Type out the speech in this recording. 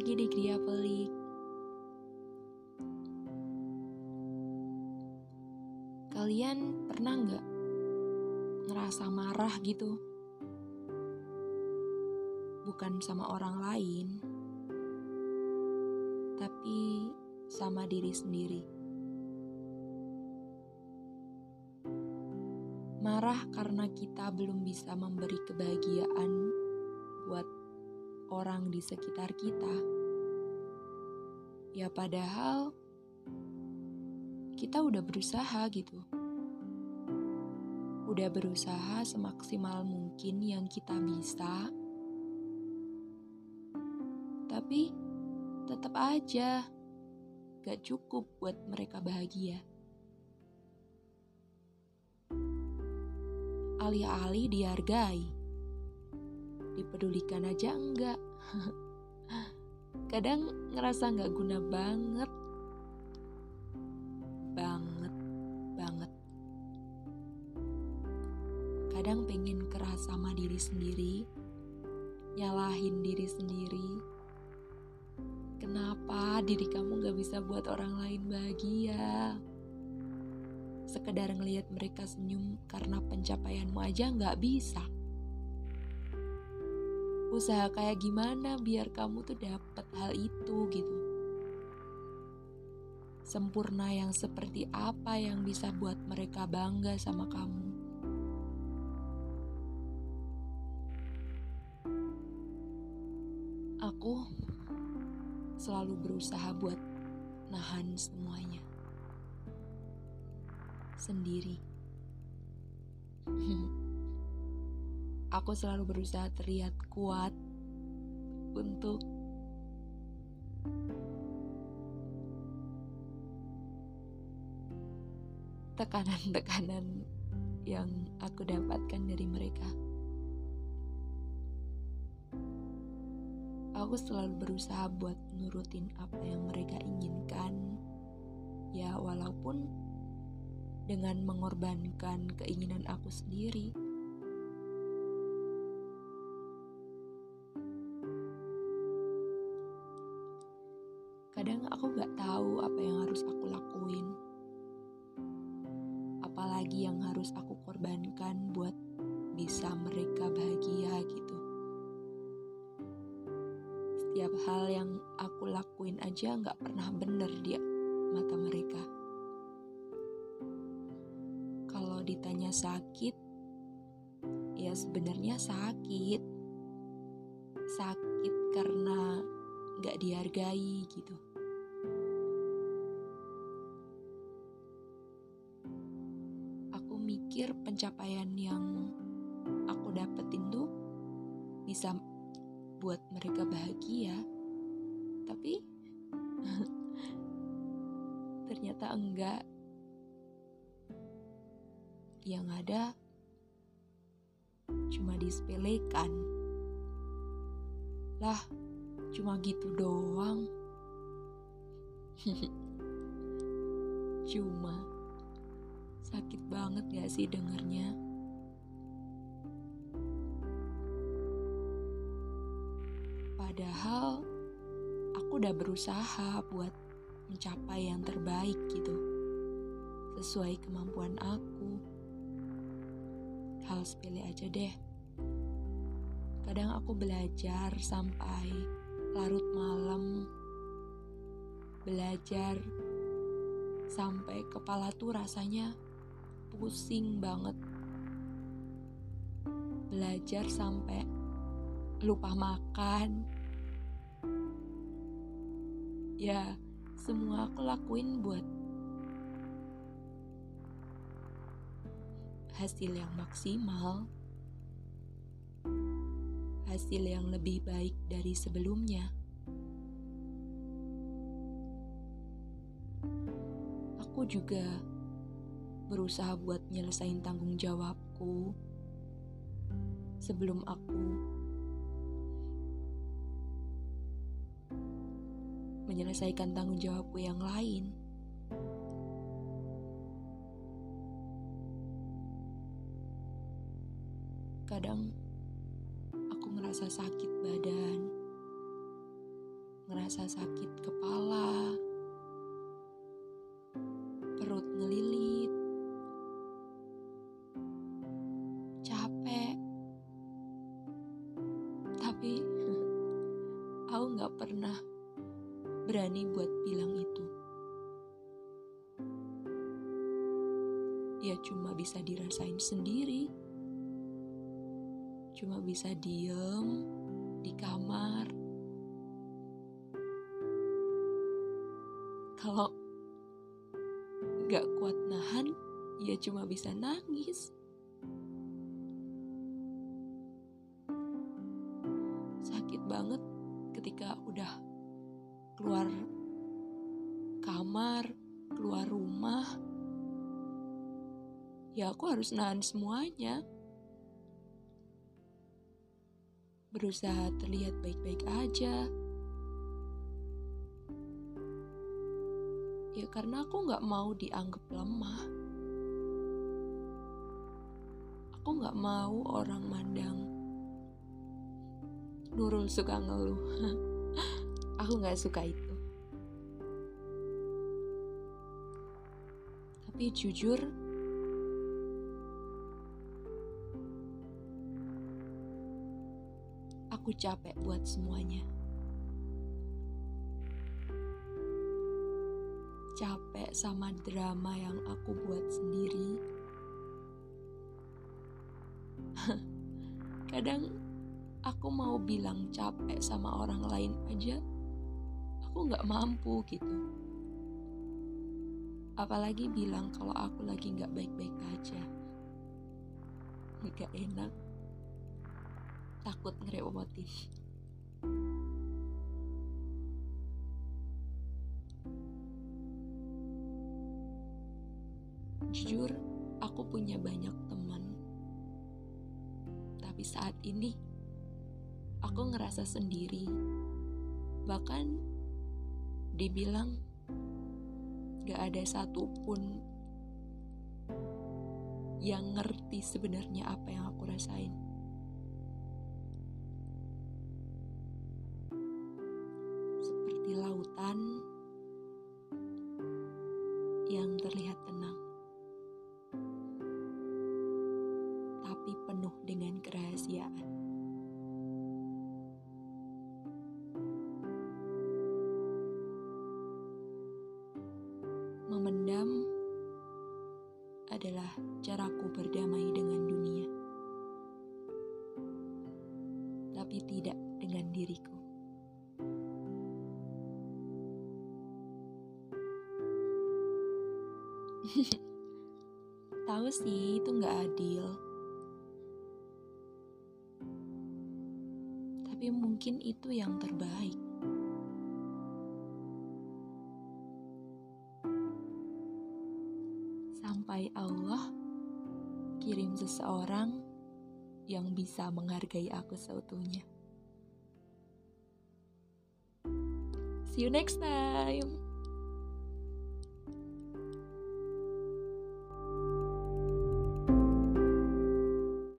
lagi di Gria Pelik. Kalian pernah nggak ngerasa marah gitu? Bukan sama orang lain, tapi sama diri sendiri. Marah karena kita belum bisa memberi kebahagiaan buat orang di sekitar kita. Ya padahal kita udah berusaha gitu. Udah berusaha semaksimal mungkin yang kita bisa. Tapi tetap aja gak cukup buat mereka bahagia. Alih-alih dihargai, dipedulikan aja enggak. Kadang ngerasa gak guna banget. Kadang pengen keras sama diri sendiri, nyalahin diri sendiri. Kenapa diri kamu gak bisa buat orang lain bahagia? Sekedar ngelihat mereka senyum karena pencapaianmu aja gak bisa. Usaha kayak gimana biar kamu tuh dapet hal itu gitu. Sempurna yang seperti apa yang bisa buat mereka bangga sama kamu? Aku selalu berusaha buat nahan semuanya sendiri. Aku selalu berusaha terlihat kuat untuk tekanan-tekanan yang aku dapatkan dari mereka. Aku selalu berusaha buat nurutin apa yang mereka inginkan. Ya walaupun dengan mengorbankan keinginan aku sendiri. Kadang aku gak tahu apa yang harus aku lakuin. Apalagi yang harus aku korbankan buat bisa mereka bahagia gitu. Setiap hal yang aku lakuin aja gak pernah bener di mata mereka. Kalau ditanya sakit, ya sebenarnya sakit. Sakit karena gak dihargai gitu. Aku mikir pencapaian yang aku dapetin tuh bisa buat mereka bahagia, tapi ternyata enggak. Yang ada cuma disepelekan. Lah, cuma gitu doang. Cuma sakit banget gak sih dengernya? Padahal aku udah berusaha buat mencapai yang terbaik gitu, sesuai kemampuan aku. Hal sepele aja deh. Kadang aku belajar sampai larut malam. Belajar sampai kepala tuh rasanya pusing banget. Belajar sampai lupa makan. Ya, semua aku lakuin buat hasil yang maksimal. Hasil yang lebih baik dari sebelumnya. Aku juga berusaha buat nyelesain tanggung jawabku sebelum aku menyelesaikan tanggung jawabku yang lain. Kadang aku ngerasa sakit badan, ngerasa sakit kepala, perut ngelilit, capek. Tapi aku gak pernah berani buat bilang itu. Ya cuma bisa dirasain sendiri. Cuma bisa diem di kamar. Kalau gak kuat nahan, ya cuma bisa nangis. Sakit banget ketika udah keluar kamar, keluar rumah. Ya aku harus nahan semuanya. Berusaha terlihat baik-baik aja. Ya karena aku gak mau dianggap lemah. Aku gak mau orang mandang Nurul suka ngeluh. Aku gak suka itu. Tapi jujur, aku capek buat semuanya. Capek sama drama yang aku buat sendiri. Kadang aku mau bilang capek sama orang lain aja, aku gak mampu gitu. Apalagi bilang kalau aku lagi gak baik-baik aja. Gak enak. Takut ngerepotin. Jujur, aku punya banyak teman. Tapi saat ini, aku ngerasa sendiri. Bahkan dibilang gak ada satupun yang ngerti sebenarnya apa yang aku rasain. Seperti lautan yang terlihat tenang, tapi penuh dengan kerahasiaan. Memendam adalah caraku berdamai dengan dunia, tapi tidak dengan diriku. Tahu sih itu gak adil, tapi mungkin itu yang terbaik. Sampai Allah kirim seseorang yang bisa menghargai aku seutuhnya. See you next time.